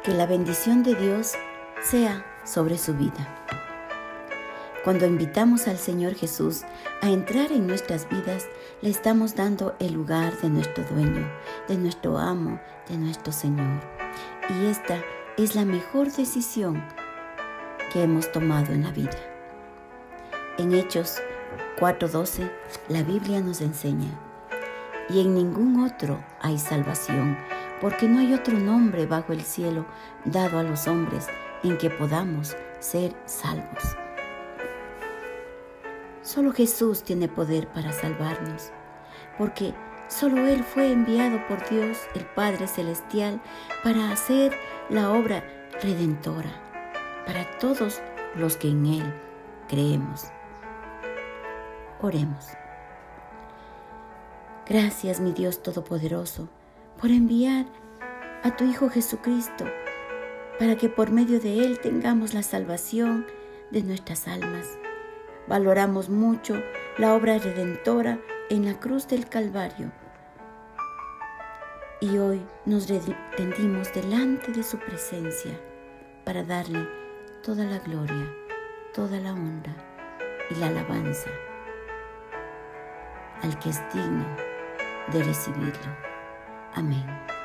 Que la bendición de Dios sea sobre su vida. Cuando invitamos al Señor Jesús a entrar en nuestras vidas, le estamos dando el lugar de nuestro dueño, de nuestro amo, de nuestro Señor. Y esta es la mejor decisión que hemos tomado en la vida. En Hechos 4:12, la Biblia nos enseña: y en ningún otro hay salvación, porque no hay otro nombre bajo el cielo dado a los hombres en que podamos ser salvos. Solo Jesús tiene poder para salvarnos, porque solo Él fue enviado por Dios, el Padre Celestial, para hacer la obra redentora para todos los que en Él creemos. Oremos. Gracias, mi Dios Todopoderoso, por enviar a tu Hijo Jesucristo, para que por medio de Él tengamos la salvación de nuestras almas. Valoramos mucho la obra redentora en la cruz del Calvario. Y hoy nos rendimos delante de su presencia para darle toda la gloria, toda la honra y la alabanza al que es digno de recibirlo. Amén.